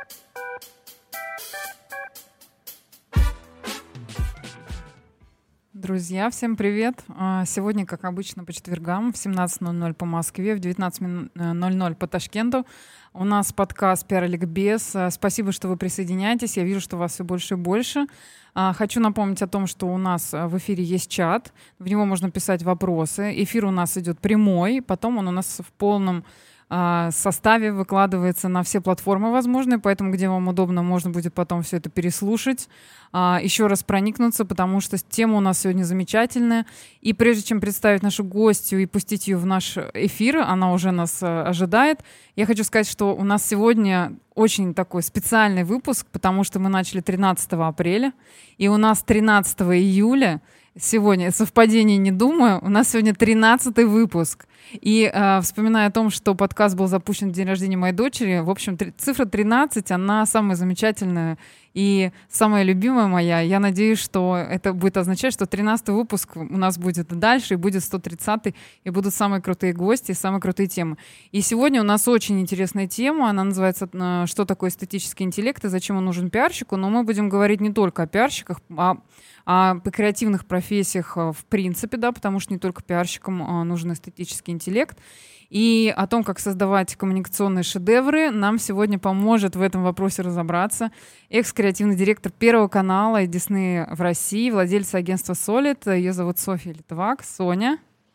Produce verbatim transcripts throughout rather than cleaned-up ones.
Друзья, всем привет! Сегодня, как обычно, по четвергам в семнадцать ноль ноль по Москве, в девятнадцать ноль ноль по Ташкенту у нас подкаст «Пиар-ликбез». Спасибо, что вы присоединяетесь. Я вижу, что вас все больше и больше. Хочу напомнить о том, что у нас в эфире есть чат. В него можно писать вопросы. Эфир у нас идет прямой. Потом он у нас в полном составе выкладывается на все платформы возможные, поэтому где вам удобно, можно будет потом все это переслушать, еще раз проникнуться, потому что тема у нас сегодня замечательная. И прежде чем представить нашу гостью и пустить ее в наш эфир, она уже нас ожидает, я хочу сказать, что у нас сегодня очень такой специальный выпуск, потому что мы начали тринадцатого апреля, и у нас тринадцатого июля сегодня, совпадение не думаю, у нас сегодня тринадцатый выпуск. И э, вспоминая о том, что подкаст был запущен в день рождения моей дочери, в общем, три, цифра тринадцать, она самая замечательная и самая любимая моя. Я надеюсь, что это будет означать, что тринадцатый выпуск у нас будет и дальше, и будет сто тридцатый, и будут самые крутые гости, и самые крутые темы. И сегодня у нас очень интересная тема, она называется «Что такое эстетический интеллект и зачем он нужен пиарщику?». Но мы будем говорить не только о пиарщиках, а о креативных профессиях в принципе, да, потому что не только пиарщикам нужен эстетический интеллект. И о том, как создавать коммуникационные шедевры, нам сегодня поможет в этом вопросе разобраться экс-креативный директор Первого канала и Диснея в России, владельца агентства Solid. Ее зовут Софья Литвак. Соня.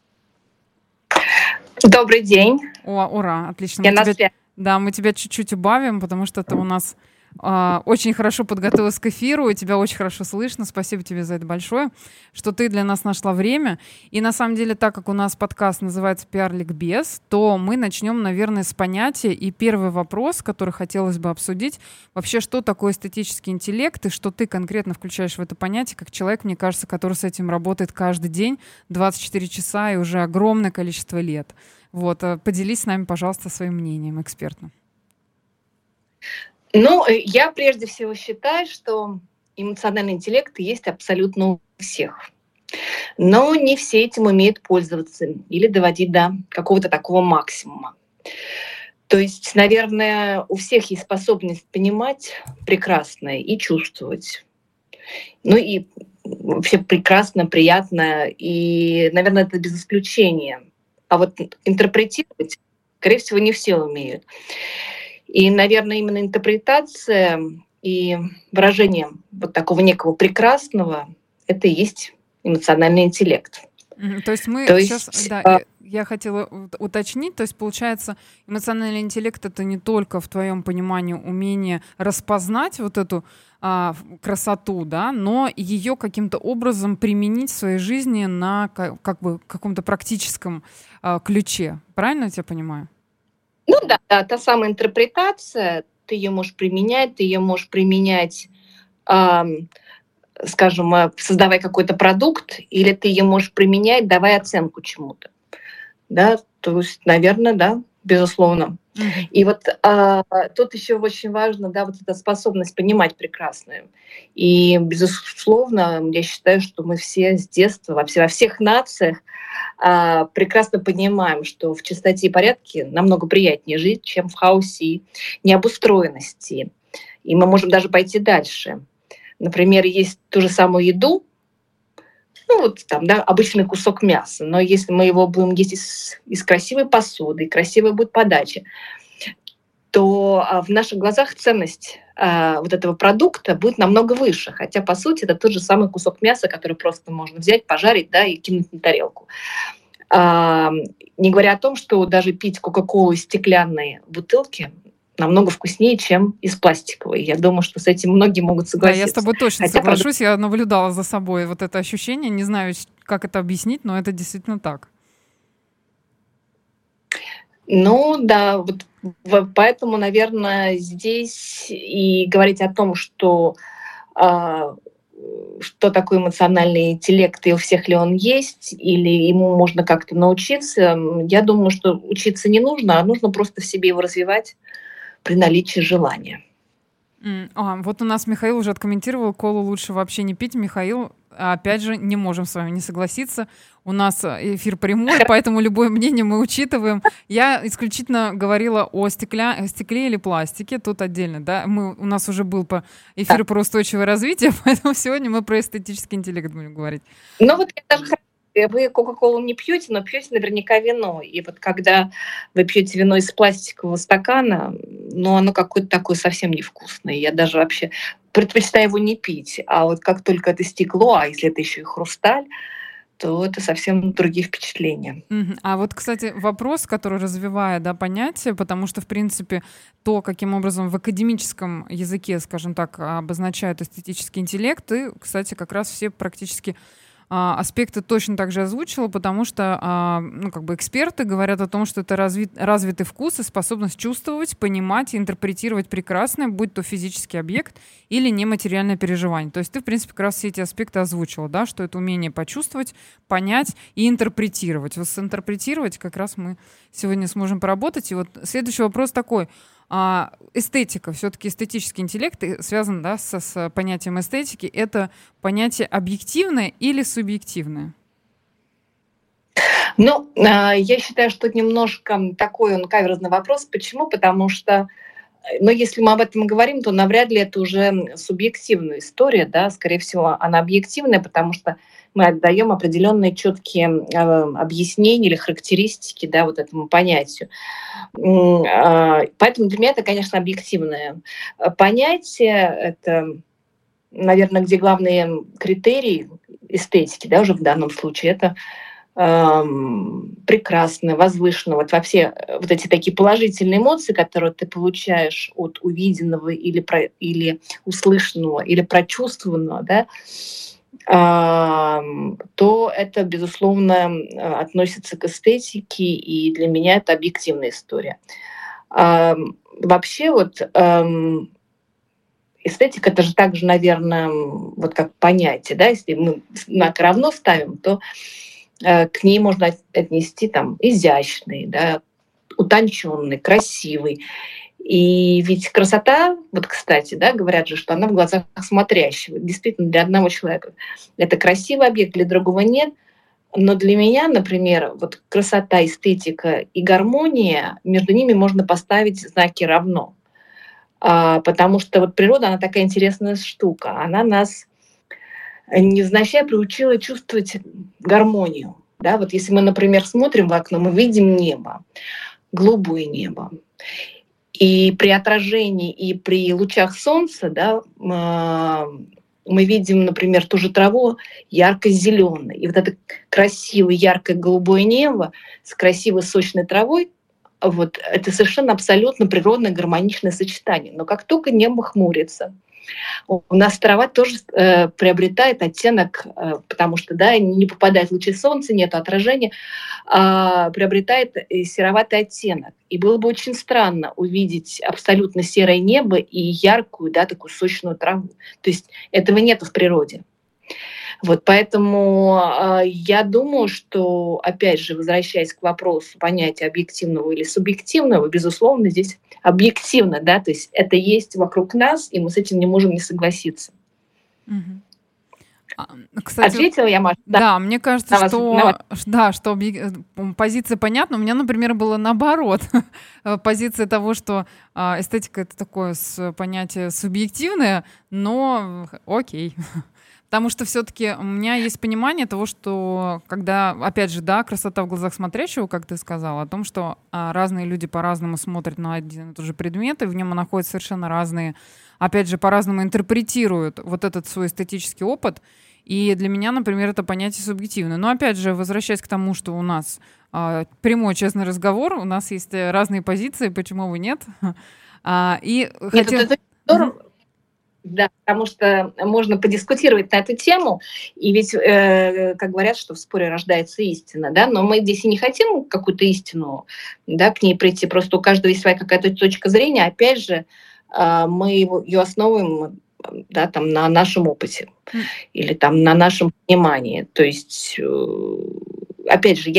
Добрый день. О, ура, отлично. Я мы на тебя, связи. да, мы тебя чуть-чуть убавим, потому что это у нас Uh, очень хорошо подготовилась к эфиру, и тебя очень хорошо слышно. Спасибо тебе за это большое, что ты для нас нашла время. И на самом деле, так как у нас подкаст называется «Пиар-ликбез», то мы начнем, наверное, с понятия. И первый вопрос, который хотелось бы обсудить, вообще, что такое эстетический интеллект, и что ты конкретно включаешь в это понятие, как человек, мне кажется, который с этим работает каждый день, двадцать четыре часа и уже огромное количество лет. Вот, поделись с нами, пожалуйста, своим мнением экспертным. Ну, я прежде всего считаю, что эмоциональный интеллект есть абсолютно у всех. Но не все этим умеют пользоваться или доводить до какого-то такого максимума. То есть, наверное, у всех есть способность понимать прекрасное и чувствовать. Ну и вообще прекрасно, приятно. И, наверное, это без исключения. А вот интерпретировать, скорее всего, не все умеют. И, наверное, именно интерпретация и выражение вот такого некого прекрасного — это и есть эмоциональный интеллект. Mm-hmm. То есть мы то сейчас... Есть, да, а... я, я хотела уточнить, то есть получается, эмоциональный интеллект — это не только в твоем понимании умение распознать вот эту а, красоту, да, но ее каким-то образом применить в своей жизни на как, как бы каком-то практическом а, ключе. Правильно я тебя понимаю? Ну да, да, та самая интерпретация, ты ее можешь применять, ты ее можешь применять, э, скажем, создавая какой-то продукт, или ты ее можешь применять, давая оценку чему-то. Да, то есть, наверное, да, безусловно. Mm-hmm. И вот э, тут еще очень важно, да, вот эта способность понимать прекрасное. И, безусловно, я считаю, что мы все с детства, вообще во всех нациях, прекрасно понимаем, что в чистоте и порядке намного приятнее жить, чем в хаосе и необустроенности. И мы можем даже пойти дальше. Например, есть ту же самую еду, ну вот там, да, обычный кусок мяса, но если мы его будем есть из, из красивой посуды, и красивая будет подача, то в наших глазах ценность э, вот этого продукта будет намного выше. Хотя, по сути, это тот же самый кусок мяса, который просто можно взять, пожарить, да, и кинуть на тарелку. Э, не говоря о том, что даже пить кока-колу из стеклянной бутылки намного вкуснее, чем из пластиковой. Я думаю, что с этим многие могут согласиться. Да, я с тобой точно Хотя, соглашусь. Правда... Я наблюдала за собой вот это ощущение. Не знаю, как это объяснить, но это действительно так. Ну да, вот поэтому, наверное, здесь и говорить о том, что э, что такое эмоциональный интеллект и у всех ли он есть, или ему можно как-то научиться, я думаю, что учиться не нужно, а нужно просто в себе его развивать при наличии желания. М, а, вот у нас Михаил уже откомментировал, колу лучше вообще не пить. Михаил, опять же, не можем с вами не согласиться. У нас э, эфир прямой, поэтому любое мнение мы учитываем. Я исключительно говорила о стекля... о стекле или пластике, тут отдельно, да. Мы... У нас уже был по эфир про устойчивое развитие, поэтому сегодня мы про эстетический интеллект будем говорить. Ну вот я даже вы Кока-Колу не пьете, но пьете наверняка вино. И вот когда вы пьете вино из пластикового стакана, ну оно какое-то такое совсем невкусное. Я даже вообще предпочитаю его не пить. А вот как только это стекло, а если это еще и хрусталь, то это совсем другие впечатления. Мгм. А вот, кстати, вопрос, который развивает, да, понятие, потому что, в принципе, то, каким образом в академическом языке, скажем так, обозначают эстетический интеллект, и, кстати, как раз все практически а, аспекты точно так же озвучила, потому что а, ну, как бы эксперты говорят о том, что это развит, развитый вкус и способность чувствовать, понимать и интерпретировать прекрасное, будь то физический объект или нематериальное переживание. То есть ты, в принципе, как раз все эти аспекты озвучила, да, что это умение почувствовать, понять и интерпретировать. Вот с интерпретировать как раз мы сегодня сможем поработать. И вот следующий вопрос такой. А, эстетика, все-таки эстетический интеллект и связан, да, со, с понятием эстетики. Это понятие объективное или субъективное? Ну, а, я считаю, что это немножко такой он каверзный вопрос. Почему? Потому что, но если мы об этом говорим, то навряд ли это уже субъективная история, да, скорее всего, она объективная, потому что мы отдаем определенные четкие э, объяснения или характеристики, да, вот этому понятию. М, а, Поэтому для меня это, конечно, объективное понятие. Это, наверное, где главные критерии эстетики, да, уже в данном случае, это эм, прекрасно, возвышенно, вот во все э, вот эти такие положительные эмоции, которые ты получаешь от увиденного или, про, или услышанного, или прочувствованного, да, ам, то это, безусловно, э, относится к эстетике, и для меня это объективная история. Ам, Вообще вот ам, эстетика — это же также, наверное, вот как понятие, да, если мы знак равно ставим, то э, к ней можно от- отнести там изящный, да, утонченный, красивый. И ведь красота, вот, кстати, да, говорят же, что она в глазах смотрящего. Действительно, для одного человека это красивый объект, для другого нет. Но для меня, например, вот красота, эстетика и гармония, между ними можно поставить знаки равно. А, потому что вот природа, она такая интересная штука. Она нас невзначай приучила чувствовать гармонию. Да, вот если мы, например, смотрим в окно, мы видим небо, голубое небо. И при отражении, и при лучах солнца, да, м, мы видим, например, ту же траву ярко-зеленой. И вот это красивое яркое голубое небо с красивой сочной травой, вот это совершенно абсолютно природное гармоничное сочетание. Но как только небо хмурится, у нас трава тоже э, приобретает оттенок, э, потому что, да, не попадает лучи солнца, нет отражения, а, приобретает э, сероватый оттенок. И было бы очень странно увидеть абсолютно серое небо и яркую, да, такую сочную траву. То есть этого нет в природе. Вот поэтому э, я думаю, что, опять же, возвращаясь к вопросу понятия объективного или субъективного, безусловно, здесь объективно, да, то есть это есть вокруг нас, и мы с этим не можем не согласиться. Мгм. А, Кстати, вот, Ответила я, Маша? Да, да, мне кажется, на вас, на вас. что, ш- да, что объек- э, м, позиция понятна. У меня, например, было наоборот. Э, Позиция того, что а, эстетика — это такое с- понятие субъективное, но э, окей. Потому что все-таки у меня есть понимание того, что когда, опять же, да, красота в глазах смотрящего, как ты сказала, о том, что а, разные люди по-разному смотрят на один и тот же предмет, и в нем находят совершенно разные, опять же, по-разному интерпретируют вот этот свой эстетический опыт. И для меня, например, это понятие субъективное. Но опять же, возвращаясь к тому, что у нас а, прямой честный разговор, у нас есть э, разные позиции, почему бы нет. А, и Нет, хотел... это здорово. Да, потому что можно подискутировать на эту тему, и ведь, э, как говорят, что в споре рождается истина, да, но мы здесь и не хотим какую-то истину, да, к ней прийти, просто у каждого есть своя какая-то точка зрения, опять же, э, мы ее основываем, да, там, на нашем опыте или там на нашем понимании, то есть, э, опять же, я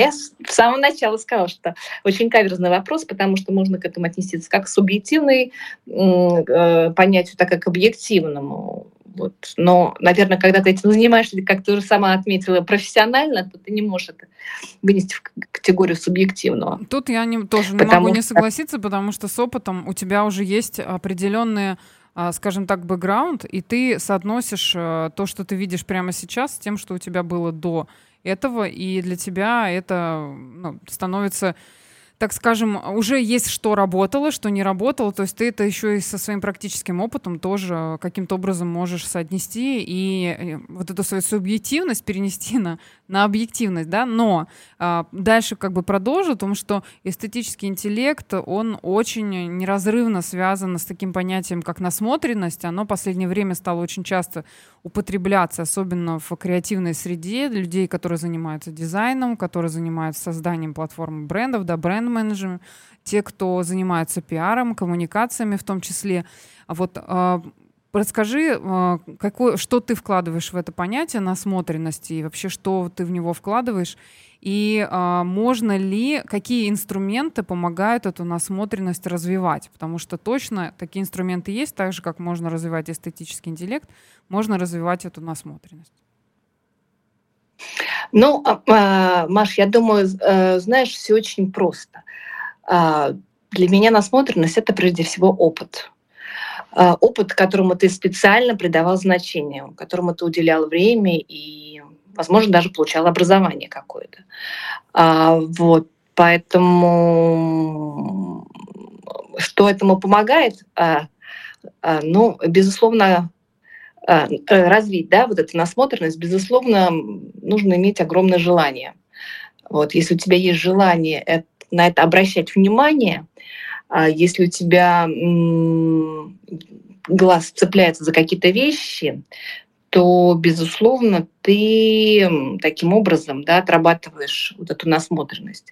в самом начале сказала, что очень каверзный вопрос, потому что можно к этому отнестись как к субъективной э, понятию, так и к объективному. Вот. Но, наверное, когда ты этим занимаешься, как ты уже сама отметила, профессионально, то ты не можешь это вынести в категорию субъективного. Тут я не, тоже не могу не согласиться, потому что с опытом у тебя уже есть определенные, скажем так, бэкграунд, и ты соотносишь то, что ты видишь прямо сейчас, с тем, что у тебя было до этого, и для тебя это, ну, становится, так скажем, уже есть что работало, что не работало, то есть ты это еще и со своим практическим опытом тоже каким-то образом можешь соотнести и вот эту свою субъективность перенести на, на объективность, да, но а, дальше как бы продолжу о том, что эстетический интеллект, он очень неразрывно связан с таким понятием, как насмотренность, оно в последнее время стало очень часто употребляться, особенно в креативной среде, людей, которые занимаются дизайном, которые занимаются созданием платформ брендов, да, бренд-менеджерами, те, кто занимается пиаром, коммуникациями в том числе. А вот э, расскажи, э, какой, что ты вкладываешь в это понятие насмотренности и вообще, что ты в него вкладываешь, и э, можно ли, какие инструменты помогают эту насмотренность развивать? Потому что точно такие инструменты есть, так же, как можно развивать эстетический интеллект, можно развивать эту насмотренность. Ну, Маш, я думаю, знаешь, все очень просто. Для меня насмотренность — это прежде всего опыт. Опыт, которому ты специально придавал значение, которому ты уделял время и, возможно, даже получал образование какое-то. Вот, поэтому что этому помогает? Ну, безусловно, развить, да, вот эту насмотренность, безусловно, нужно иметь огромное желание. Вот, если у тебя есть желание это, на это обращать внимание, если у тебя м, глаз цепляется за какие-то вещи, то, безусловно, ты таким образом, да, отрабатываешь вот эту насмотренность.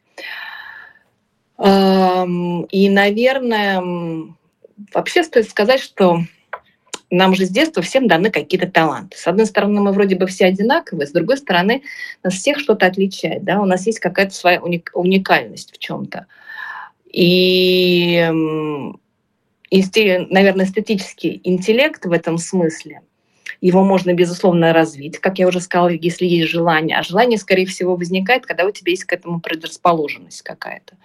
И, наверное, вообще стоит сказать, что нам же с детства всем даны какие-то таланты. С одной стороны, мы вроде бы все одинаковые, с другой стороны, нас всех что-то отличает. Да? У нас есть какая-то своя уникальность в чем-то. И, наверное, эстетический интеллект в этом смысле, его можно, безусловно, развить, как я уже сказала, если есть желание. А желание, скорее всего, возникает, когда у тебя есть к этому предрасположенность какая-то.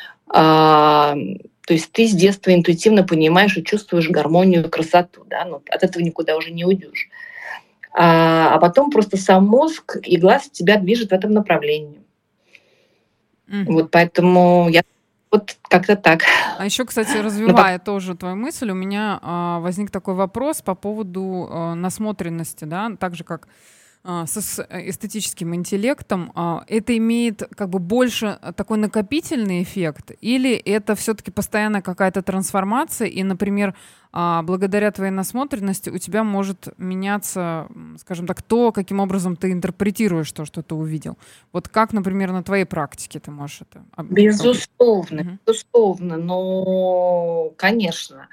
То есть ты с детства интуитивно понимаешь и чувствуешь гармонию, красоту, да, но от этого никуда уже не уйдешь. А, а потом просто сам мозг и глаз тебя движет в этом направлении. Mm-hmm. Вот поэтому я вот как-то так. А еще, кстати, развивая но... тоже твою мысль, у меня а, возник такой вопрос по поводу а, насмотренности, да, так же как с эстетическим интеллектом, это имеет как бы больше такой накопительный эффект, или это все-таки постоянно какая-то трансформация, и, например, благодаря твоей насмотренности у тебя может меняться, скажем так, то, каким образом ты интерпретируешь то, что ты увидел. Вот как, например, на твоей практике ты можешь это... Безусловно, угу. безусловно, но, конечно,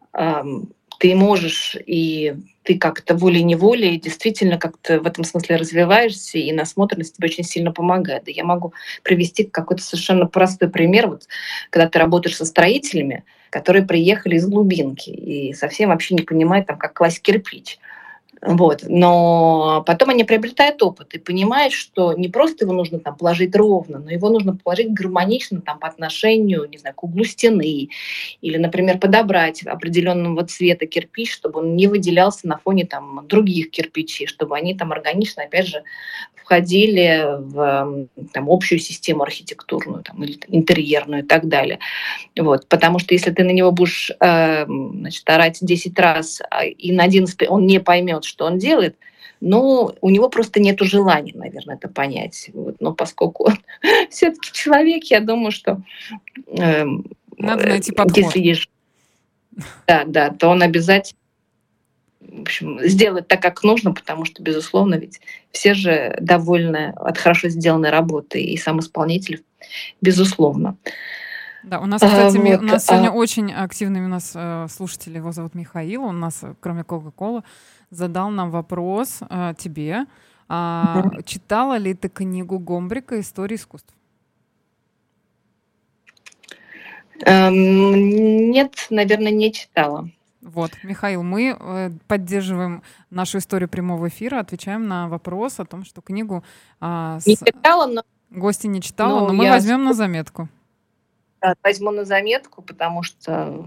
ты можешь и ты как-то волей-неволей действительно как-то в этом смысле развиваешься, и насмотренность тебе очень сильно помогает. И я могу привести какой-то совершенно простой пример. Вот, когда ты работаешь со строителями, которые приехали из глубинки и совсем вообще не понимают, там, как класть кирпич. Вот. Но потом они приобретают опыт и понимают, что не просто его нужно там положить ровно, но его нужно положить гармонично там, по отношению, не знаю, к углу стены. Или, например, подобрать определенного цвета кирпич, чтобы он не выделялся на фоне там, других кирпичей, чтобы они там органично, опять же, входили в там, общую систему архитектурную, там, или интерьерную и так далее. Вот. Потому что если ты на него будешь э, значит, орать десять раз, и на одиннадцатый он не поймет, что он делает, но у него просто нет желания, наверное, это понять. Вот. Но поскольку он все-таки человек, я думаю, что э, надо найти подход. Если есть, да, да, то он обязательно в общем, сделать так, как нужно, потому что, безусловно, ведь все же довольны от хорошо сделанной работы, и сам исполнитель, безусловно. Да, у нас, кстати, а, вот, у нас сегодня а... очень активный у нас э, слушатель, его зовут Михаил, он нас, кроме Кока-Колы, задал нам вопрос э, тебе. Э, mm-hmm. Читала ли ты книгу Гомбрика «История искусств»? Эм, нет, наверное, не читала. Вот, Михаил, мы э, поддерживаем нашу историю прямого эфира, отвечаем на вопрос о том, что книгу а, Не с читала, но, гости не читала, но но мы я возьмем на заметку. возьму на заметку, потому что,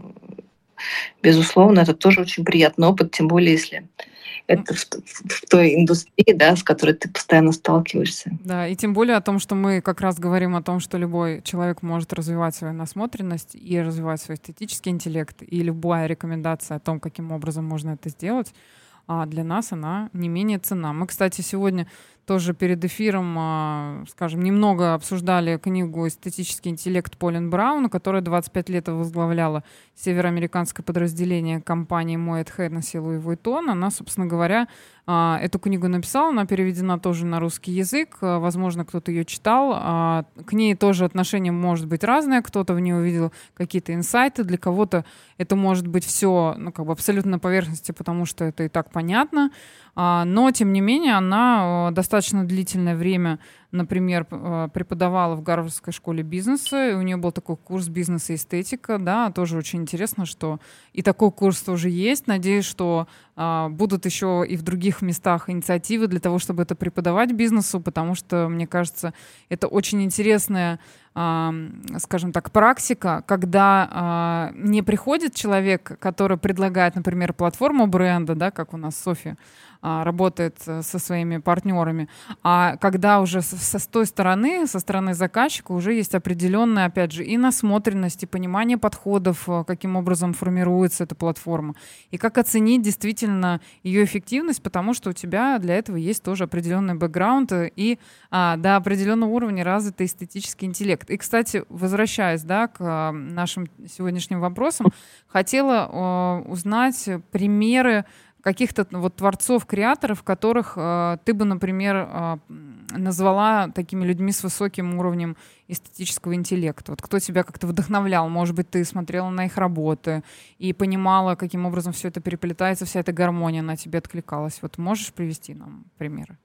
безусловно, это тоже очень приятный опыт, тем более если это в, в- в той индустрии, да, с которой ты постоянно сталкиваешься. Да, и тем более о том, что мы как раз говорим о том, что любой человек может развивать свою насмотренность и развивать свой эстетический интеллект, и любая рекомендация о том, каким образом можно это сделать, а для нас она не менее ценна. Мы, кстати, сегодня тоже перед эфиром, а, скажем, немного обсуждали книгу «Эстетический интеллект» Полин Браун, которая двадцать пять лет возглавляла североамериканское подразделение компании Moet Hennessy Louis Vuitton. Она, собственно говоря, а, эту книгу написала, она переведена тоже на русский язык. А, Возможно, кто-то ее читал. А, К ней тоже отношение может быть разное. Кто-то в ней увидел какие-то инсайты. Для кого-то это может быть все, ну, как бы абсолютно на поверхности, потому что это и так понятно. А, Но, тем не менее, она э, достаточно длительное время, например, п- э, преподавала в Гарвардской школе бизнеса. И у нее был такой курс «Бизнес и эстетика». Да, тоже очень интересно, что и такой курс тоже есть. Надеюсь, что а, будут еще и в других местах инициативы для того, чтобы это преподавать бизнесу, потому что, мне кажется, это очень интересная, а, скажем так, практика, когда а, не приходит человек, который предлагает, например, платформу бренда, да, как у нас Софья а, работает э, со своими партнерами, а когда уже со, со- с той стороны, со стороны заказчика уже есть определенная, опять же, и насмотренность, и понимание подходов, э, каким образом формируется эта платформа, и как оценить действительно ее эффективность, потому что у тебя для этого есть тоже определенный бэкграунд э, и а, до определенного уровня развитый эстетический интеллект. И, кстати, возвращаясь, да, к а, нашим сегодняшним вопросам, хотела э, узнать примеры каких-то вот творцов, креаторов, которых э, ты бы, например, э, м, назвала такими людьми с высоким уровнем эстетического интеллекта. Вот кто тебя как-то вдохновлял? Может быть, ты смотрела на их работы и понимала, каким образом все это переплетается, вся эта гармония на тебе откликалась. Вот можешь привести нам примеры?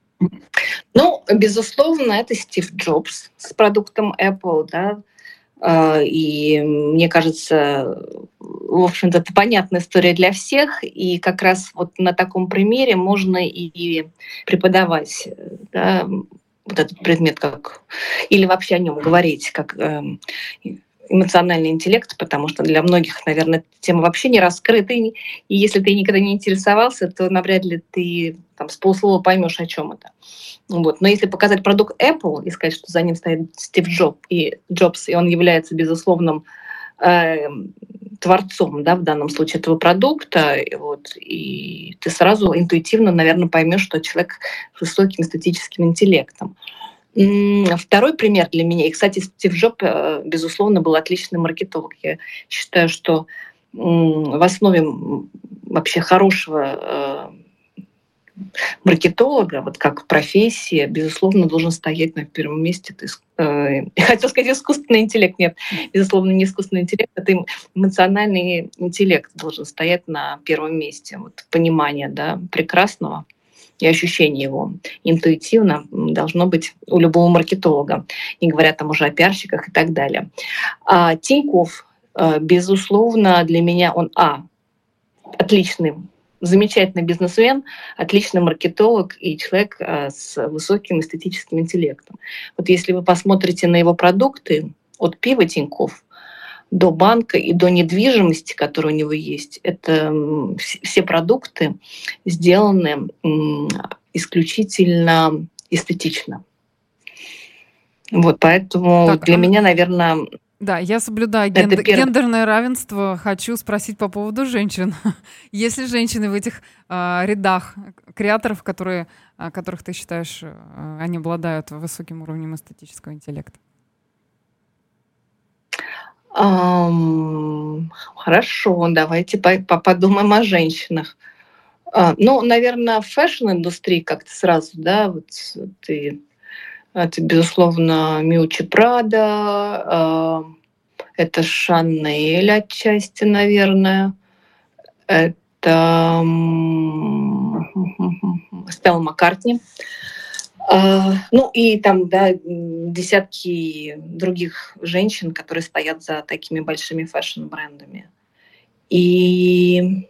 Ну, безусловно, это Стив Джобс с продуктом Apple, да. А, И мне кажется, в общем-то, это понятная история для всех, и как раз вот на таком примере можно и преподавать, э, да, вот этот предмет, как или вообще о нем говорить, как эм, эмоциональный интеллект, потому что для многих, наверное, эта тема вообще не раскрыта, и и если ты никогда не интересовался, то навряд ли ты там с полуслова поймешь, о чем это. Вот. Но если показать продукт Apple и сказать, что за ним стоит Стив Джоб и Джобс, и он является безусловным э, творцом, да, в данном случае этого продукта, и, вот, и ты сразу интуитивно, наверное, поймешь, что человек с высоким эстетическим интеллектом. М, Второй пример для меня, и, кстати, Стив Джобс, э, безусловно, был отличный маркетолог. Я считаю, что м, в основе м, вообще хорошего э, маркетолога, вот как профессия, безусловно, должен стоять на первом месте. Это иск- э, я хотела сказать искусственный интеллект. Нет, безусловно, не искусственный интеллект, это эм- эмоциональный интеллект должен стоять на первом месте. Вот понимание, да, прекрасного и ощущение его интуитивно м, должно быть у любого маркетолога, не говоря там уже о пиарщиках и так далее. А Тиньков, э, безусловно, для меня он, а, отличный, замечательный бизнесмен, отличный маркетолог и человек э, с высоким эстетическим интеллектом. Вот если вы посмотрите на его продукты, от пива Тиньков до банка и до недвижимости, которая у него есть, это м, вс- все продукты сделаны м, исключительно эстетично. Вот, поэтому Так, для а меня, наверное, да, я соблюдаю это гендер- первое. гендерное равенство. Хочу спросить по поводу женщин. Есть ли женщины в этих а, рядах креаторов, которые, а, которых ты считаешь, а, они обладают высоким уровнем эстетического интеллекта? Ам, Хорошо, давайте по- по- подумаем о женщинах. А, ну, наверное, в фэшн-индустрии как-то сразу, да, вот ты, это, безусловно, Миучи Прада, а, это Шанель отчасти, наверное, это м, Стелла Маккартни. А, ну и там, да, десятки других женщин, которые стоят за такими большими фэшн-брендами. И,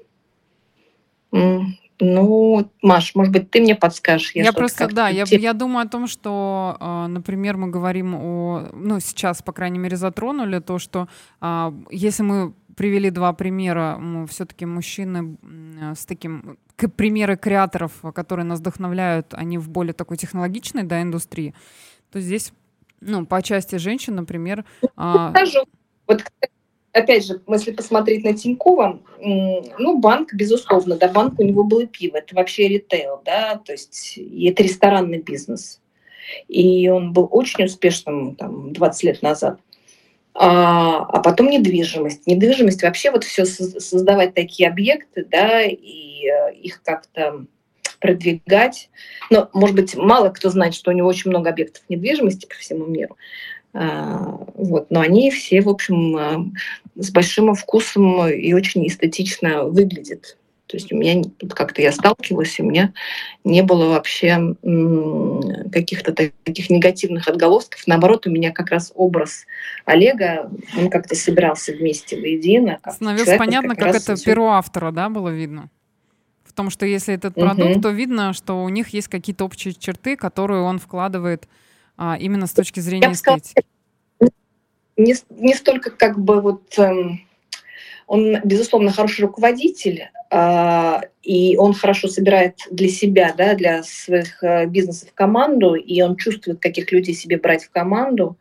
м, ну, Маш, может быть, ты мне подскажешь, я Я что-то просто, как-то да, я, те я думаю о том, что, а, например, мы говорим о, ну, сейчас, по крайней мере, затронули то, что а, если мы привели два примера, все-таки мужчины м, с таким, к- примеры креаторов, а, которые нас вдохновляют, они в более такой технологичной, да, индустрии, то здесь, ну, по части женщин, например, а, скажу. Вот, опять же, если посмотреть на Тинькова, м, ну, банк, безусловно, да, банк у него было пиво, это вообще ритейл, да, то есть и это ресторанный бизнес. И он был очень успешным там двадцать лет назад. А, а потом недвижимость. Недвижимость вообще вот все создавать такие объекты, да, и э, их как-то продвигать. Но, может быть, мало кто знает, что у него очень много объектов недвижимости по всему миру. А, вот, но они все, в общем, а, с большим вкусом и очень эстетично выглядят. То есть у меня тут как-то я сталкивалась, и у меня не было вообще м, каких-то таких негативных отголосков. Наоборот, у меня как раз образ Олега, он как-то собирался вместе воедино, как становилось человек, вот понятно, как как раз это всё. перо автора, да, было видно. В том, что если этот продукт, Мгм. то видно, что у них есть какие-то общие черты, которые он вкладывает а, именно с точки Я зрения бы сказала, эстетики. не, с- не столько как бы вот эм, он, безусловно, хороший руководитель, а, и он хорошо собирает для себя, да, для своих э, бизнесов команду, и он чувствует, каких людей себе брать в команду.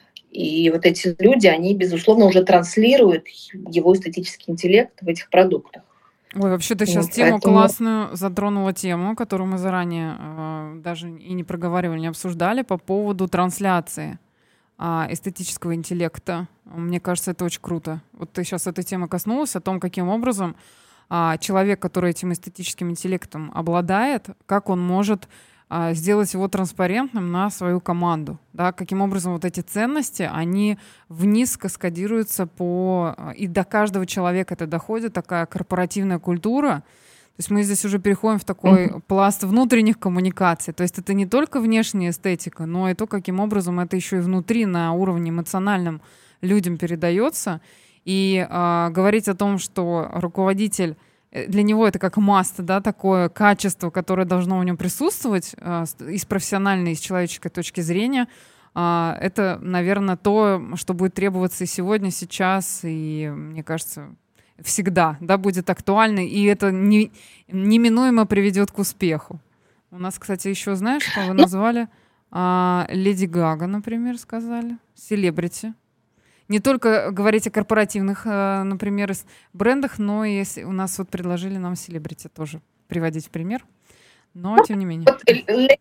И вот эти люди, они, безусловно, уже транслируют его эстетический интеллект в этих продуктах. Ой, вообще ты сейчас Вот, тему поэтому классную затронула тему, которую мы заранее э, даже и не проговаривали, не обсуждали по поводу трансляции а, эстетического интеллекта. Мне кажется, это очень круто. Вот ты сейчас этой темы коснулась, о том, каким образом а, человек, который этим эстетическим интеллектом обладает, как он может а, сделать его транспарентным на свою команду. Да? Каким образом вот эти ценности, они вниз каскадируются по... а, И до каждого человека это доходит, такая корпоративная культура. То есть мы здесь уже переходим в такой мгм. пласт внутренних коммуникаций. То есть это не только внешняя эстетика, но и то, каким образом это еще и внутри на уровне эмоциональном людям передается. И а, говорить о том, что руководитель э, для него это как маст, да, такое качество, которое должно у него присутствовать а, с- и с профессиональной, и с человеческой точки зрения, а, это, наверное, то, что будет требоваться и сегодня, сейчас, и, мне кажется, всегда, да, будет актуально, и это не, неминуемо приведет к успеху. У нас, кстати, еще, знаешь, что вы Ну, назвали? А, Леди Гага, например, сказали. Селебрити. Не только говорить о корпоративных, э, например, с- брендах, но и если у нас вот предложили нам селебрити тоже приводить в пример. Но тем не менее. вот, э, ле-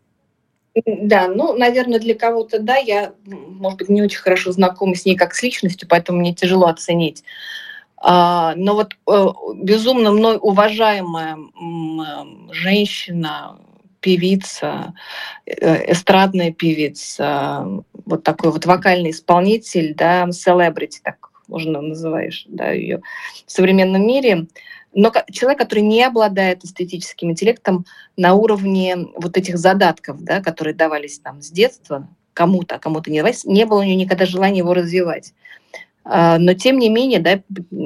да, ну, наверное, для кого-то, да, я, м, может быть, не очень хорошо знакома с ней как с личностью, поэтому мне тяжело оценить. А, но вот э, безумно мной уважаемая м, эм, женщина, певица, э, эстрадная певица, вот такой вот вокальный исполнитель, да, селебрити, так можно называешь, да, ее в современном мире. Но ко- человек, который не обладает эстетическим интеллектом на уровне вот этих задатков, да, которые давались там с детства кому-то, а кому-то не давались, не было у нее никогда желания его развивать. А, но тем не менее, да,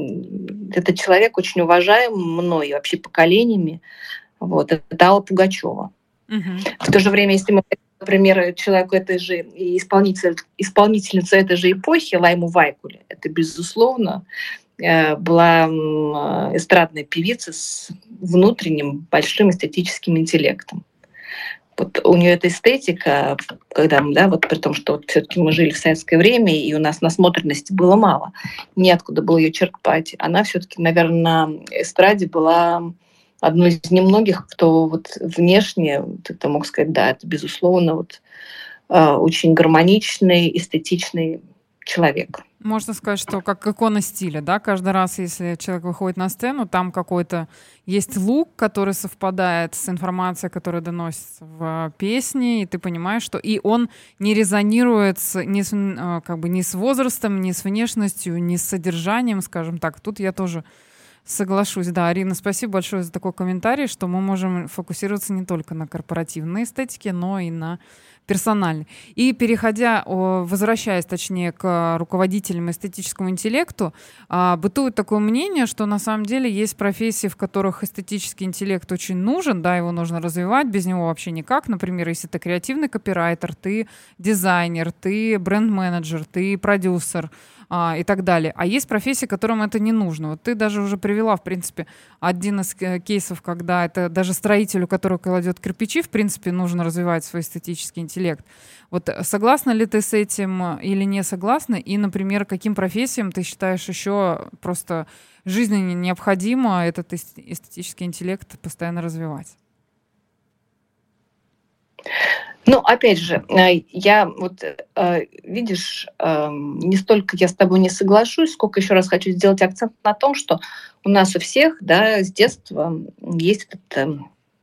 м, этот человек очень уважаем мной и вообще поколениями. Вот, это Алла Пугачева. Мгм. В то же время, если мы, например, человеку этой же и исполнитель, исполнительница этой же эпохи Лайму Вайкуле, это, безусловно, э, была м, эстрадная певица с внутренним большим эстетическим интеллектом. Вот у нее эта эстетика, когда, да, вот при том, что вот все-таки мы жили в советское время, и у нас насмотренности было мало, неоткуда было ее черпать. Она все-таки, наверное, на эстраде была одной из немногих, кто вот внешне, вот это мог сказать, да, это, безусловно, вот, э, очень гармоничный, эстетичный человек. Можно сказать, что как икона стиля, да, каждый раз, если человек выходит на сцену, там какой-то есть лук, который совпадает с информацией, которая доносится в песне, и ты понимаешь, что и он не резонирует с, ни, с, м, а, как бы, ни с возрастом, ни с внешностью, ни с содержанием, скажем так. Тут я тоже Соглашусь, да. Арина, спасибо большое за такой комментарий, что мы можем фокусироваться не только на корпоративной эстетике, но и на персональной. И переходя, возвращаясь, точнее, к руководителям эстетическому интеллекту, бытует такое мнение, что на самом деле есть профессии, в которых эстетический интеллект очень нужен, да, его нужно развивать, без него вообще никак. Например, если ты креативный копирайтер, ты дизайнер, ты бренд-менеджер, ты продюсер, а, и так далее. А есть профессии, которым это не нужно. Вот ты даже уже привела, в принципе, один из кейсов, когда это даже строителю, который кладет кирпичи, в принципе, нужно развивать свой эстетический интеллект. Вот согласна ли ты с этим или не согласна? И, например, каким профессиям ты считаешь еще просто жизненно необходимо этот эстетический интеллект постоянно развивать? Ну, опять же, я вот, видишь, не столько я с тобой не соглашусь, сколько еще раз хочу сделать акцент на том, что у нас у всех, да, с детства есть этот,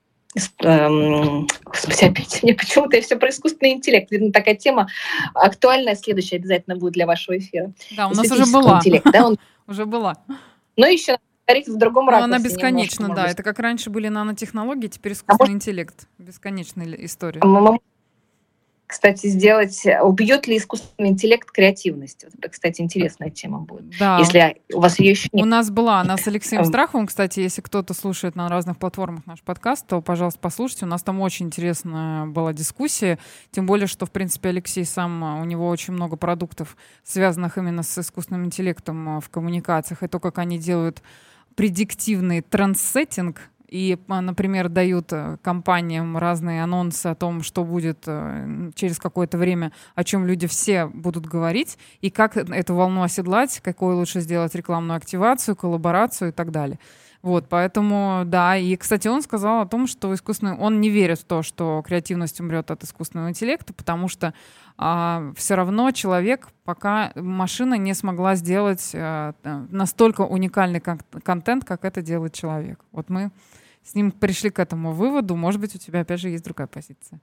господи, опять мне почему-то все про искусственный интеллект. Видно, такая тема актуальная, следующая обязательно будет для вашего эфира. Да, у нас уже была. Интеллект, да, он... Уже была. Но еще говорить в другом ракурсе. Но она бесконечна, немножко, да. Это как раньше были нанотехнологии, теперь искусственный а интеллект. Бесконечная история. Мы, кстати, сделать, убьет ли искусственный интеллект креативность? Это, кстати, интересная тема будет. Да. Если у вас ее еще нет. У нас была, она с Алексеем Страховым, кстати, если кто-то слушает на разных платформах наш подкаст, то, пожалуйста, послушайте. У нас там очень интересная была дискуссия, тем более, что, в принципе, Алексей сам, у него очень много продуктов, связанных именно с искусственным интеллектом в коммуникациях, и то, как они делают предиктивный трендсеттинг, и, например, дают компаниям разные анонсы о том, что будет через какое-то время, о чем люди все будут говорить, и как эту волну оседлать, какую лучше сделать рекламную активацию, коллаборацию и так далее. Вот, поэтому, да, и, кстати, он сказал о том, что искусственный, он не верит в то, что креативность умрет от искусственного интеллекта, потому что а, все равно человек, пока машина не смогла сделать а, настолько уникальный кон- контент, как это делает человек. Вот мы с ним пришли к этому выводу. Может быть, у тебя, опять же, есть другая позиция.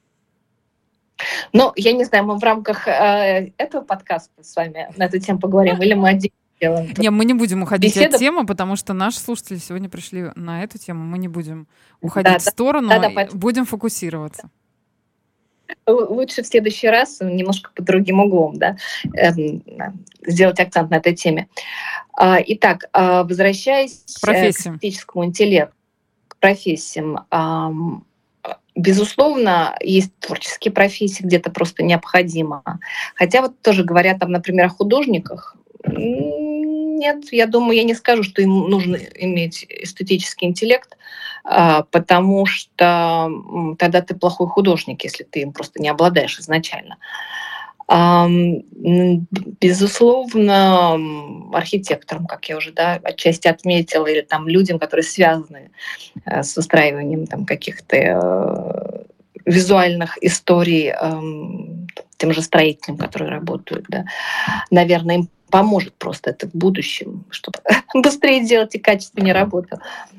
Ну, я не знаю, мы в рамках э, этого подкаста с вами на эту тему поговорим, или мы отдельно делаем? Не, мы не будем уходить беседу. от темы, потому что наши слушатели сегодня пришли на эту тему. Мы не будем уходить да, в сторону, да, да, будем фокусироваться. Лучше в следующий раз немножко под другим углом, да, сделать акцент на этой теме. Итак, возвращаясь к эстетическому интеллекту, к профессиям, безусловно, есть творческие профессии, где-то просто необходимо. Хотя вот тоже говорят, там, например, о художниках. Нет, я думаю, я не скажу, что им нужно иметь эстетический интеллект, потому что тогда ты плохой художник, если ты им просто не обладаешь изначально. Безусловно, архитекторам, как я уже да, отчасти отметила, или там людям, которые связаны с выстраиванием там, каких-то визуальных историй, тем же строителям, которые работают, да, наверное, им поможет просто это в будущем, чтобы быстрее делать и качественнее работу.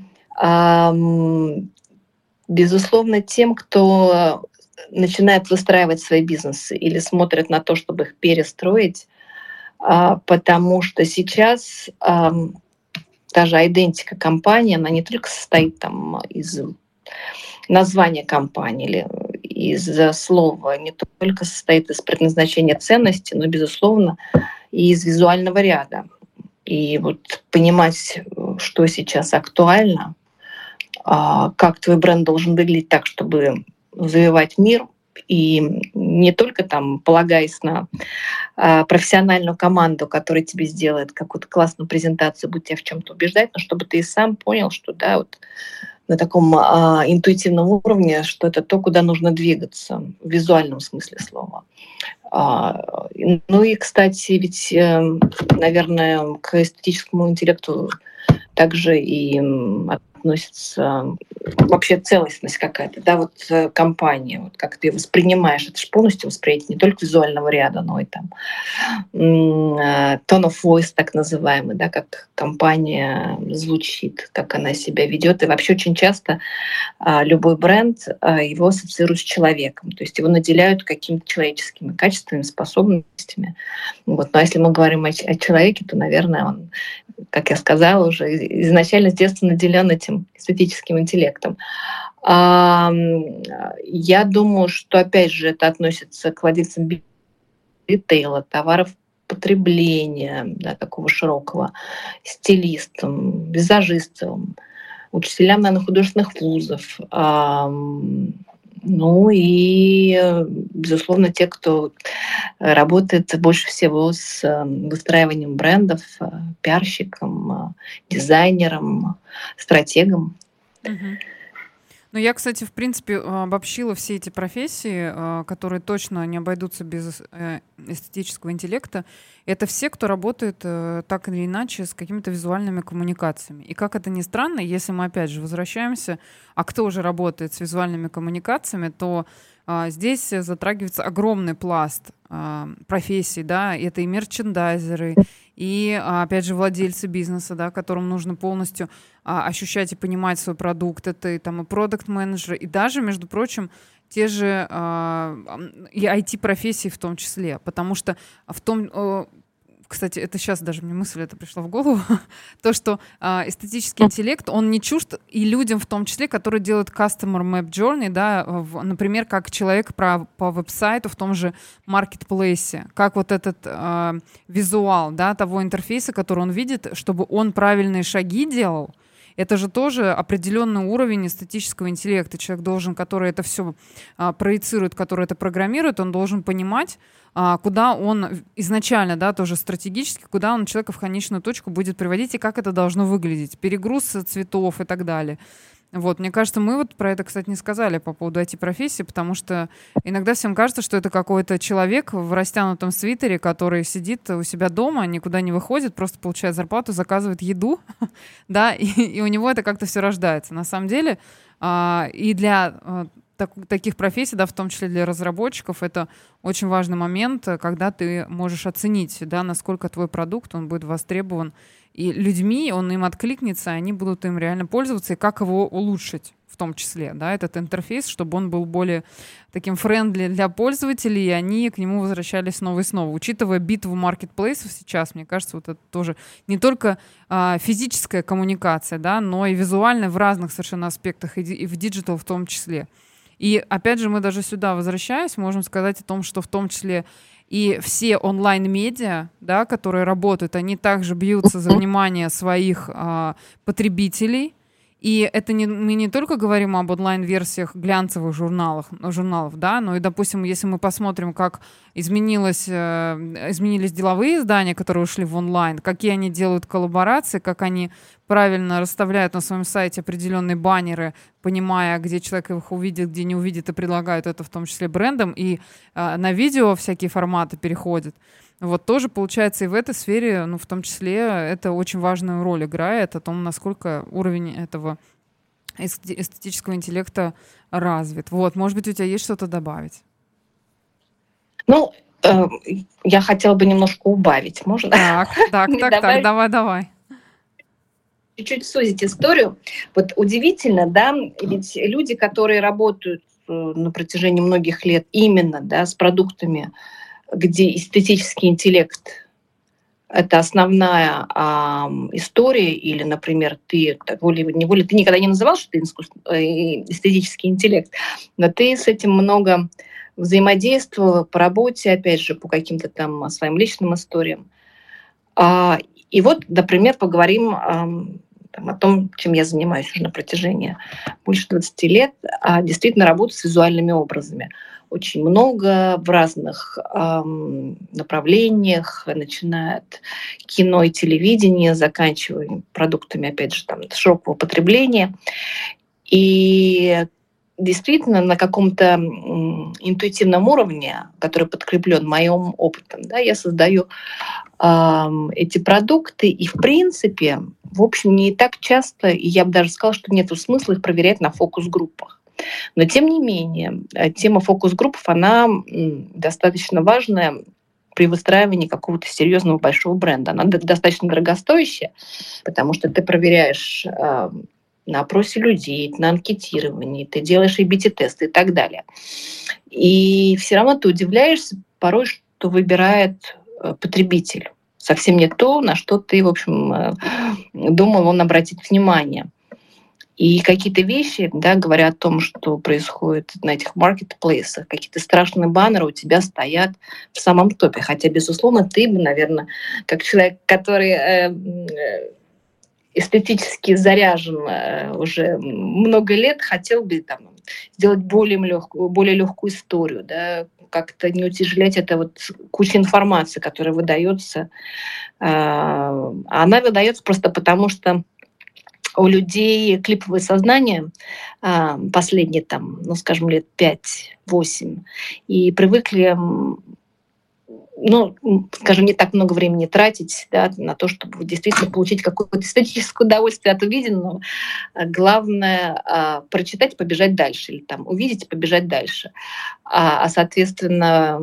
Безусловно, тем, кто начинает выстраивать свои бизнесы или смотрят на то, чтобы их перестроить, потому что сейчас та же идентика компании, она не только состоит там из названия компании или из слова, не только состоит из предназначения ценности, но, безусловно, и из визуального ряда. И вот понимать, что сейчас актуально, как твой бренд должен выглядеть так, чтобы завоевать мир, и не только там полагаясь на профессиональную команду, которая тебе сделает какую-то классную презентацию, будет тебя в чем-то убеждать, но чтобы ты и сам понял, что да, вот на таком а, интуитивном уровне, что это то, куда нужно двигаться в визуальном смысле слова. А, ну и, кстати, ведь, наверное, к эстетическому интеллекту также и относится вообще целостность какая-то, да, вот компания, вот как ты ее воспринимаешь, это же полностью восприятие не только визуального ряда, но и там tone of voice, так называемый, да, как компания звучит, как она себя ведет. И вообще очень часто любой бренд его ассоциируют с человеком, то есть его наделяют какими-то человеческими качествами, способностями. Вот. Но если мы говорим о, о человеке, то, наверное, он, как я сказала, уже изначально с детства наделен этим эстетическим интеллектом. Я думаю, что, опять же, это относится к владельцам ритейла, товаров потребления, да, такого широкого, стилистам, визажистам, учителям, наверное, художественных вузов. Ну и, безусловно, те, кто работает больше всего с выстраиванием брендов, пиарщиком, дизайнером, стратегом. Угу. Ну, я, кстати, в принципе, обобщила все эти профессии, которые точно не обойдутся без эстетического интеллекта. Это все, кто работает так или иначе с какими-то визуальными коммуникациями. И как это ни странно, если мы опять же возвращаемся, а кто уже работает с визуальными коммуникациями, то а, здесь затрагивается огромный пласт а, профессий, да, это и мерчендайзеры, и, опять же, владельцы бизнеса, да, которым нужно полностью а, ощущать и понимать свой продукт. Это и, там, и продакт-менеджеры, и даже, между прочим, те же а, и ай ти-профессии в том числе. Потому что в том... Э, кстати, это сейчас даже мне мысль это пришла в голову, то, что а, эстетический интеллект, он не чужд и людям в том числе, которые делают Customer Map Journey, да, в, например, как человек про, по веб-сайту в том же маркетплейсе, как вот этот а, визуал, да, того интерфейса, который он видит, чтобы он правильные шаги делал. Это же тоже определенный уровень эстетического интеллекта. Человек должен, который это все а, проецирует, который это программирует, он должен понимать, а, куда он изначально, да, тоже стратегически, куда он человека в конечную точку будет приводить и как это должно выглядеть. Перегруз цветов и так далее. Вот, мне кажется, мы вот про это, кстати, не сказали по поводу ай ти-профессии, потому что иногда всем кажется, что это какой-то человек в растянутом свитере, который сидит у себя дома, никуда не выходит, просто получает зарплату, заказывает еду, да, и, и у него это как-то все рождается. На самом деле, а, и для а, так, таких профессий, да, в том числе для разработчиков, это очень важный момент, когда ты можешь оценить, да, насколько твой продукт, он будет востребован и людьми, он им откликнется, они будут им реально пользоваться, и как его улучшить в том числе, да, этот интерфейс, чтобы он был более таким френдли для пользователей, и они к нему возвращались снова и снова. Учитывая битву маркетплейсов сейчас, мне кажется, вот это тоже не только а, физическая коммуникация, да, но и визуальная в разных совершенно аспектах, и, и в диджитал в том числе. И опять же, мы даже сюда возвращаясь, можем сказать о том, что в том числе и все онлайн-медиа, да, которые работают, они также бьются за внимание своих а, потребителей. И это не, мы не только говорим об онлайн-версиях глянцевых журналов, журналов, да, но и, допустим, если мы посмотрим, как изменилось, э, изменились деловые издания, которые ушли в онлайн, какие они делают коллаборации, как они правильно расставляют на своем сайте определенные баннеры, понимая, где человек их увидит, где не увидит, и предлагают это в том числе брендам, и э, на видео всякие форматы переходят. Вот тоже, получается, и в этой сфере, ну, в том числе, это очень важную роль играет о том, насколько уровень этого эстетического интеллекта развит. Вот, может быть, у тебя есть что-то добавить? Ну, э, я хотела бы немножко убавить, можно? Так, так, так, так, давай, давай. Чуть-чуть сузить историю. Вот удивительно, да, ведь люди, которые работают на протяжении многих лет именно, да, с продуктами, где эстетический интеллект — это основная а, история, или, например, ты волей-неволей, ты никогда не называл, что ты эстетический интеллект, но ты с этим много взаимодействовал по работе, опять же, по каким-то там своим личным историям. А, и вот, например, поговорим а, там, о том, чем я занимаюсь уже на протяжении больше двадцати лет, а действительно работаю с визуальными образами. Очень много в разных эм, направлениях, начиная от кино и телевидения, заканчивая продуктами, опять же, там, широкого потребления. И действительно на каком-то м, интуитивном уровне, который подкреплен моим опытом, да, я создаю эти продукты, и в принципе, в общем, не так часто, и я бы даже сказала, что нет смысла их проверять на фокус-группах. Но тем не менее, тема фокус-группов, она достаточно важная при выстраивании какого-то серьезного большого бренда. Она достаточно дорогостоящая, потому что ты проверяешь на опросе людей, на анкетировании, ты делаешь эй би ти-тесты и так далее. И все равно ты удивляешься порой, что выбирает потребитель. Совсем не то, на что ты, в общем, думал он обратить внимание. И какие-то вещи, да, говоря о том, что происходит на этих маркетплейсах, какие-то страшные баннеры у тебя стоят в самом топе. Хотя, безусловно, ты бы, наверное, как человек, который э, эстетически заряжен э, уже много лет, хотел бы там, сделать более легкую, более легкую историю, да, как-то не утяжелять это вот куча информации, которая выдается. Э, она выдается просто потому, что у людей клиповое сознание последние, там, ну, скажем, лет пять-восемь, и привыкли, ну, скажем, не так много времени тратить, да, на то, чтобы действительно получить какое-то эстетическое удовольствие от увиденного. Главное а, прочитать и побежать дальше, или там увидеть и побежать дальше. А, а соответственно,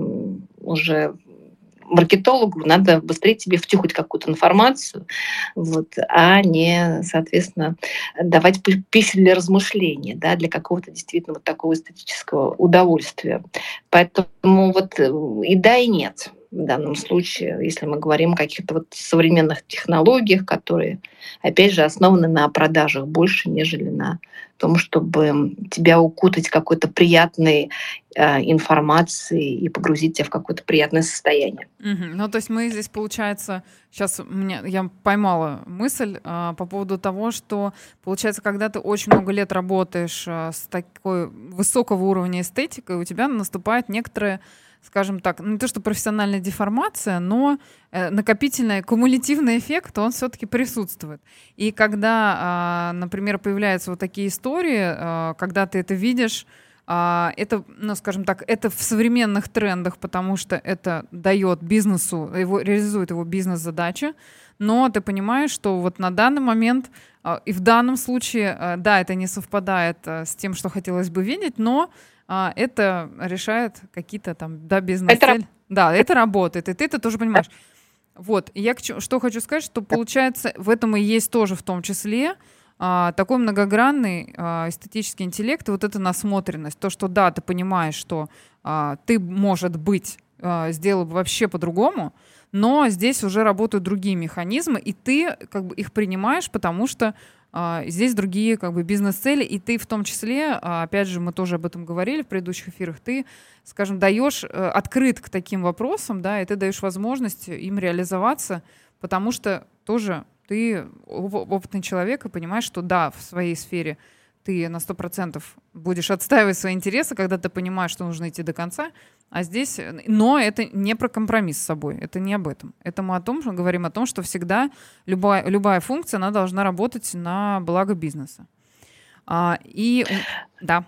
уже маркетологу надо быстрее тебе втюхать какую-то информацию, вот, а не, соответственно, давать пищу для размышления, да, для какого-то действительно вот такого эстетического удовольствия. Поэтому вот и да, и нет в данном случае, если мы говорим о каких-то вот современных технологиях, которые, опять же, основаны на продажах больше, нежели на том, чтобы тебя укутать какой-то приятной э, информацией и погрузить тебя в какое-то приятное состояние. Угу. Ну, то есть мы здесь, получается, сейчас у меня, я поймала мысль э, по поводу того, что, получается, когда ты очень много лет работаешь э, с такой высокого уровня эстетикой, у тебя наступает некоторая, скажем так, не то что профессиональная деформация, но э, накопительный, кумулятивный эффект, он все-таки присутствует. И когда, э, например, появляются вот такие истории, э, когда ты это видишь, э, это, ну, скажем так, это в современных трендах, потому что это дает бизнесу, его, реализует его бизнес-задачи, но ты понимаешь, что вот на данный момент э, и в данном случае, э, да, это не совпадает э, с тем, что хотелось бы видеть, но А, это решает какие-то там, да, бизнес-цели. Это... Да, это работает, и ты это тоже понимаешь. Вот, и я что хочу сказать, что получается, в этом и есть тоже в том числе а, такой многогранный а, эстетический интеллект, и вот эта насмотренность. То, что да, ты понимаешь, что а, ты, может быть, а, сделал бы вообще по-другому, но здесь уже работают другие механизмы, и ты как бы их принимаешь, потому что Uh, здесь другие как бы бизнес-цели, и ты в том числе, uh, опять же, мы тоже об этом говорили в предыдущих эфирах, ты, скажем, даешь uh, открыт к таким вопросам, да, и ты даешь возможность им реализоваться, потому что тоже ты опытный человек и понимаешь, что да, в своей сфере ты на сто процентов будешь отстаивать свои интересы, когда ты понимаешь, что нужно идти до конца, а здесь... Но это не про компромисс с собой, это не об этом. Это мы о том, что говорим о том, что всегда любая, любая функция, она должна работать на благо бизнеса. А, и... Да.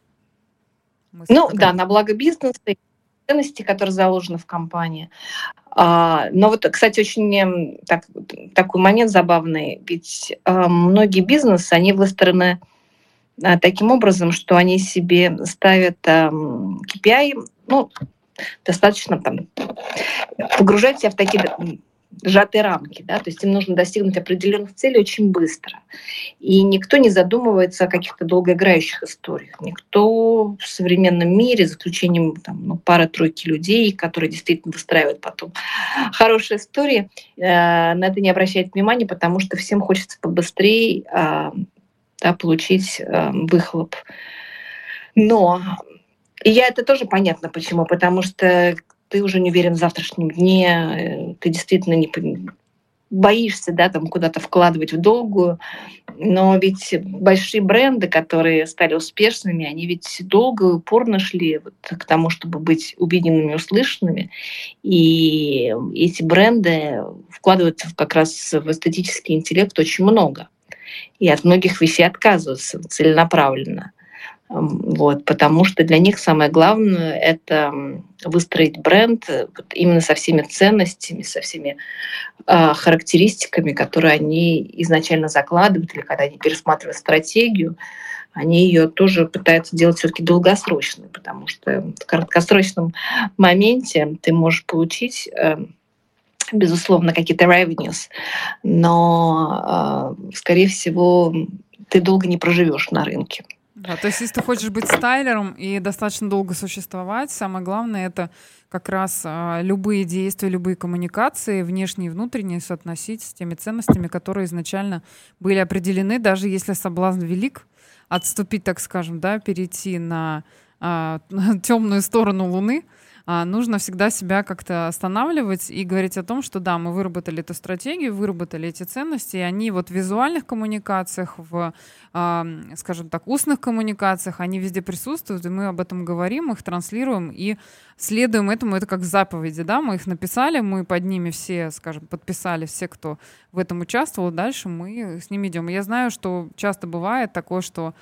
Мысль ну, какая? Да, на благо бизнеса и ценности, которые заложены в компании. А, но вот, кстати, очень так, такой момент забавный. Ведь а, многие бизнесы, они выстроены таким образом, что они себе ставят эм, кей пи ай, ну, достаточно там, погружать себя в такие сжатые рамки, да, то есть им нужно достигнуть определенных целей очень быстро. И никто не задумывается о каких-то долгоиграющих историях. Никто в современном мире, за исключением там, ну, пары-тройки людей, которые действительно выстраивают потом хорошие истории, э, на это не обращает внимания, потому что всем хочется побыстрее э, да, получить э, выхлоп. Но и я это тоже понятно почему, потому что ты уже не уверен в завтрашнем дне, ты действительно не боишься, да, там куда-то вкладывать в долгую. Но ведь большие бренды, которые стали успешными, они ведь долго и упорно шли вот к тому, чтобы быть увиденными, услышанными. И эти бренды вкладывают как раз в эстетический интеллект очень много. И от многих вещей отказываются целенаправленно. Вот, потому что для них самое главное — это выстроить бренд вот именно со всеми ценностями, со всеми э, характеристиками, которые они изначально закладывают, или когда они пересматривают стратегию, они ее тоже пытаются делать все-таки долгосрочной, потому что в краткосрочном моменте ты можешь получить, э, безусловно, какие-то revenues, но, э, скорее всего, ты долго не проживешь на рынке. Да, то есть, если ты хочешь быть стайлером и достаточно долго существовать, самое главное это как раз а, любые действия, любые коммуникации, внешние и внутренние, соотносить с теми ценностями, которые изначально были определены, даже если соблазн велик, отступить, так скажем, да, перейти на, а, на темную сторону Луны. А, нужно всегда себя как-то останавливать и говорить о том, что да, мы выработали эту стратегию, выработали эти ценности, и они вот в визуальных коммуникациях, в, а, скажем так, устных коммуникациях, они везде присутствуют, и мы об этом говорим, их транслируем и следуем этому. Это как заповеди, да, мы их написали, мы под ними все, скажем, подписали, все, кто в этом участвовал, дальше мы с ними идем. И я знаю, что часто бывает такое, что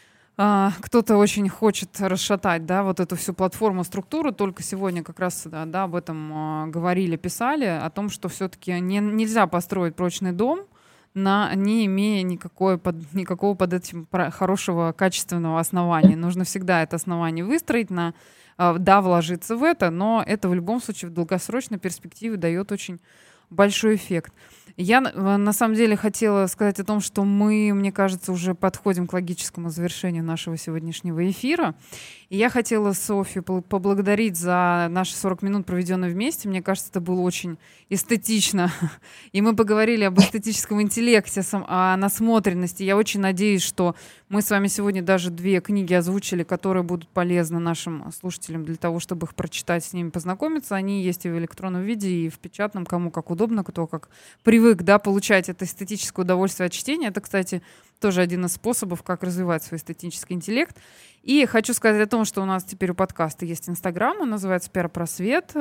а, кто-то очень хочет расшатать, да, вот эту всю платформу, структуру. Только сегодня как раз да, да, об этом а, говорили, писали, о том, что все-таки не, нельзя построить прочный дом, на, не имея никакой под, никакого под этим хорошего, качественного основания. Нужно всегда это основание выстроить, на, а, да, вложиться в это, но это в любом случае в долгосрочной перспективе дает очень большой эффект. Я на самом деле хотела сказать о том, что мы, мне кажется, уже подходим к логическому завершению нашего сегодняшнего эфира. И я хотела Софью поблагодарить за наши сорок минут, проведенные вместе. Мне кажется, это было очень эстетично. И мы поговорили об эстетическом интеллекте, о насмотренности. Я очень надеюсь, что мы с вами сегодня даже две книги озвучили, которые будут полезны нашим слушателям для того, чтобы их прочитать, с ними познакомиться. Они есть и в электронном виде, и в печатном, кому как удобно, кто как привык, да, получать это эстетическое удовольствие от чтения. Это, кстати, тоже один из способов, как развивать свой эстетический интеллект. И хочу сказать о том, что у нас теперь у подкаста есть Инстаграм, он называется «Пиар-просвет»,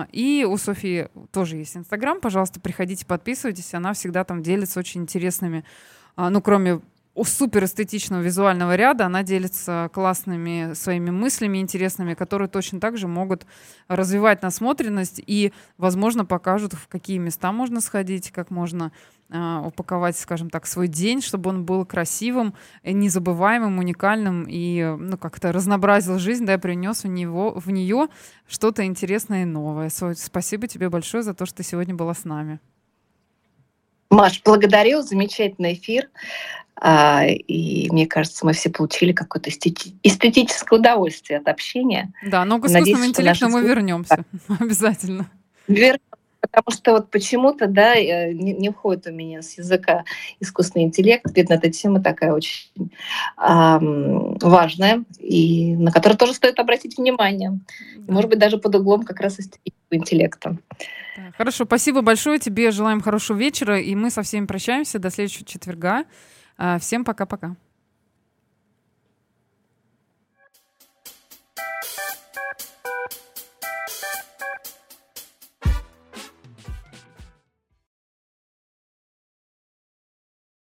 и у Софьи тоже есть Инстаграм. Пожалуйста, приходите, подписывайтесь, она всегда там делится очень интересными, ну, кроме супер эстетичного визуального ряда, она делится классными своими мыслями интересными, которые точно так же могут развивать насмотренность и, возможно, покажут, в какие места можно сходить, как можно э, упаковать, скажем так, свой день, чтобы он был красивым, незабываемым, уникальным и, ну, как-то разнообразил жизнь, да, и принес в, него, в нее что-то интересное и новое. Со, спасибо тебе большое за то, что ты сегодня была с нами. Маш, благодарю, замечательный эфир. А, и мне кажется, мы все получили какое-то эстетическое удовольствие от общения. Да, но к искусственному интеллекту мы вернемся обязательно. Вернемся, потому что вот почему-то, да, не, не входит у меня с языка искусственный интеллект. Видно, эта тема такая очень эм, важная, и на которую тоже стоит обратить внимание. Да. Может быть, даже под углом как раз эстетического интеллекта. Хорошо, спасибо большое тебе, желаем хорошего вечера, и мы со всеми прощаемся до следующего четверга. Всем пока-пока.